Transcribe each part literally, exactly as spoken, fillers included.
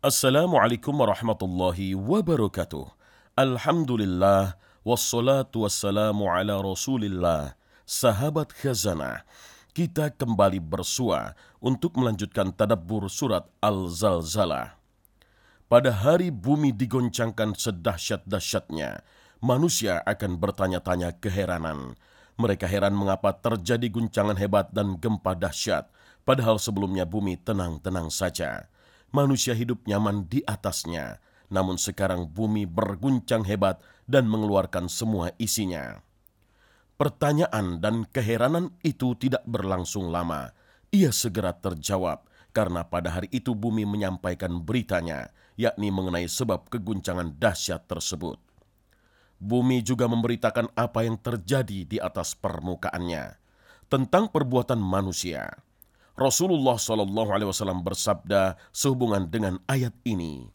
Assalamualaikum warahmatullahi wabarakatuh. Alhamdulillah, wassalatu wassalamu ala rasulillah. Sahabat khazanah, kita kembali bersua untuk melanjutkan tadabbur surat Al-Zalzalah. Pada hari bumi digoncangkan sedahsyat-dahsyatnya, manusia akan bertanya-tanya keheranan. Mereka heran mengapa terjadi guncangan hebat dan gempa dahsyat, padahal sebelumnya bumi tenang-tenang saja. Manusia hidup nyaman di atasnya, namun sekarang bumi berguncang hebat dan mengeluarkan semua isinya. Pertanyaan dan keheranan itu tidak berlangsung lama. Ia segera terjawab, karena pada hari itu bumi menyampaikan beritanya, yakni mengenai sebab keguncangan dahsyat tersebut. Bumi juga memberitakan apa yang terjadi di atas permukaannya, tentang perbuatan manusia. Rasulullah shallallahu alaihi wasallam bersabda sehubungan dengan ayat ini,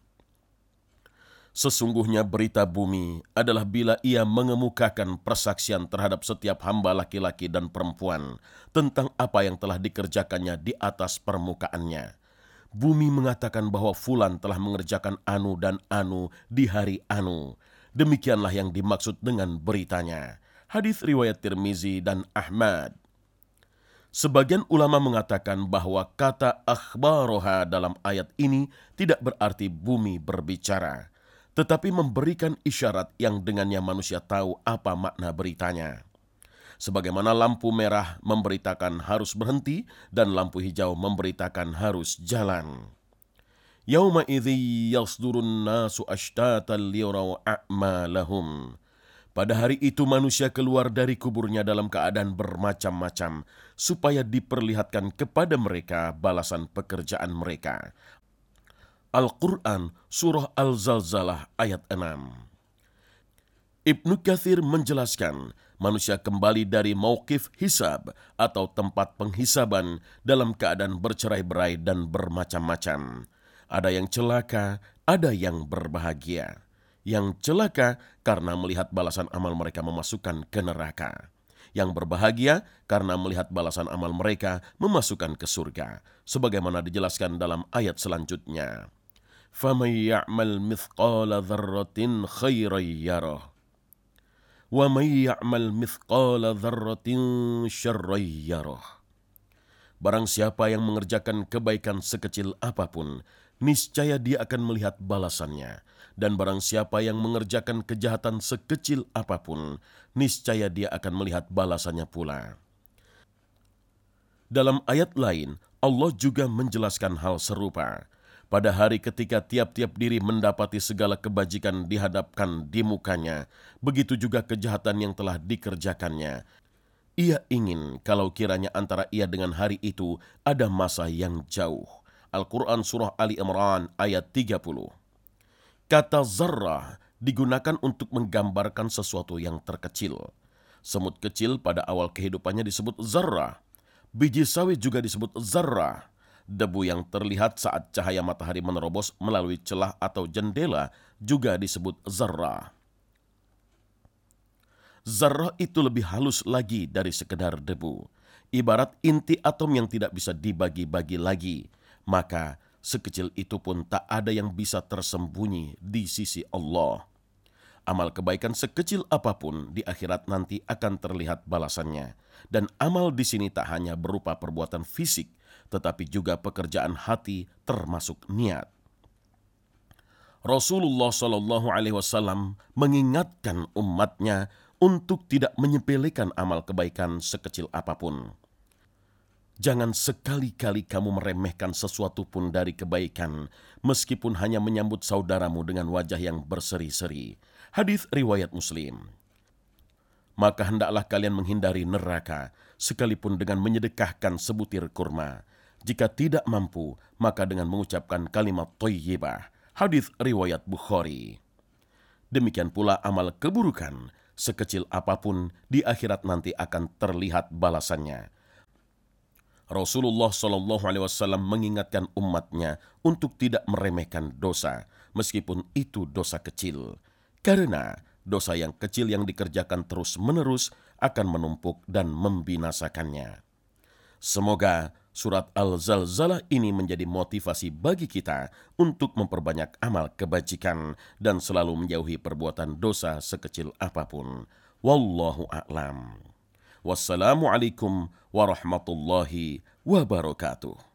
sesungguhnya berita bumi adalah bila ia mengemukakan persaksian terhadap setiap hamba laki-laki dan perempuan tentang apa yang telah dikerjakannya di atas permukaannya. Bumi mengatakan bahwa fulan telah mengerjakan anu dan anu di hari anu. Demikianlah yang dimaksud dengan beritanya. Hadis riwayat Tirmizi dan Ahmad. Sebagian ulama mengatakan bahwa kata akhbaroha dalam ayat ini tidak berarti bumi berbicara, tetapi memberikan isyarat yang dengannya manusia tahu apa makna beritanya. Sebagaimana lampu merah memberitakan harus berhenti dan lampu hijau memberitakan harus jalan. Yauma idzi yasdurun nasu ashtatan liyaraw a'malahum. Pada hari itu manusia keluar dari kuburnya dalam keadaan bermacam-macam, supaya diperlihatkan kepada mereka balasan pekerjaan mereka. Al-Quran Surah Al-Zalzalah ayat enam. Ibnu Katsir menjelaskan, manusia kembali dari mauqif hisab atau tempat penghisaban dalam keadaan bercerai-berai dan bermacam-macam. Ada yang celaka, ada yang berbahagia. Yang celaka karena melihat balasan amal mereka memasukkan ke neraka. Yang berbahagia karena melihat balasan amal mereka memasukkan ke surga. Sebagaimana dijelaskan dalam ayat selanjutnya. فَمَنْ يَعْمَلْ مِثْقَالَ ذَرَّةٍ خَيْرًا يَرَهُ وَمَنْ يَعْمَلْ مِثْقَالَ ذَرَّةٍ شَرًّا يَرَهُ. Barang siapa yang mengerjakan kebaikan sekecil apapun, niscaya dia akan melihat balasannya. Dan barang siapa yang mengerjakan kejahatan sekecil apapun, niscaya dia akan melihat balasannya pula. Dalam ayat lain, Allah juga menjelaskan hal serupa. Pada hari ketika tiap-tiap diri mendapati segala kebajikan dihadapkan di mukanya, begitu juga kejahatan yang telah dikerjakannya. Ia ingin kalau kiranya antara ia dengan hari itu ada masa yang jauh. Al-Quran Surah Ali Imran ayat tiga puluh. Kata zarrah digunakan untuk menggambarkan sesuatu yang terkecil. Semut kecil pada awal kehidupannya disebut zarrah. Biji sawit juga disebut zarrah. Debu yang terlihat saat cahaya matahari menerobos melalui celah atau jendela juga disebut zarrah. Zarrah itu lebih halus lagi dari sekedar debu. Ibarat inti atom yang tidak bisa dibagi-bagi lagi. Maka sekecil itu pun tak ada yang bisa tersembunyi di sisi Allah. Amal kebaikan sekecil apapun di akhirat nanti akan terlihat balasannya. Dan amal di sini tak hanya berupa perbuatan fisik, tetapi juga pekerjaan hati termasuk niat. Rasulullah shallallahu alaihi wasallam mengingatkan umatnya untuk tidak menyepelekan amal kebaikan sekecil apapun. Jangan sekali-kali kamu meremehkan sesuatu pun dari kebaikan, meskipun hanya menyambut saudaramu dengan wajah yang berseri-seri. Hadis riwayat Muslim. Maka hendaklah kalian menghindari neraka, sekalipun dengan menyedekahkan sebutir kurma. Jika tidak mampu, maka dengan mengucapkan kalimat thayyibah. Hadis riwayat Bukhari. Demikian pula amal keburukan, sekecil apapun di akhirat nanti akan terlihat balasannya. Rasulullah shallallahu alaihi wasallam mengingatkan umatnya untuk tidak meremehkan dosa, meskipun itu dosa kecil. Karena dosa yang kecil yang dikerjakan terus-menerus akan menumpuk dan membinasakannya. Semoga Surat Al-Zalzalah ini menjadi motivasi bagi kita untuk memperbanyak amal kebajikan dan selalu menjauhi perbuatan dosa sekecil apapun. Wallahu a'lam. Wassalamualaikum warahmatullahi wabarakatuh.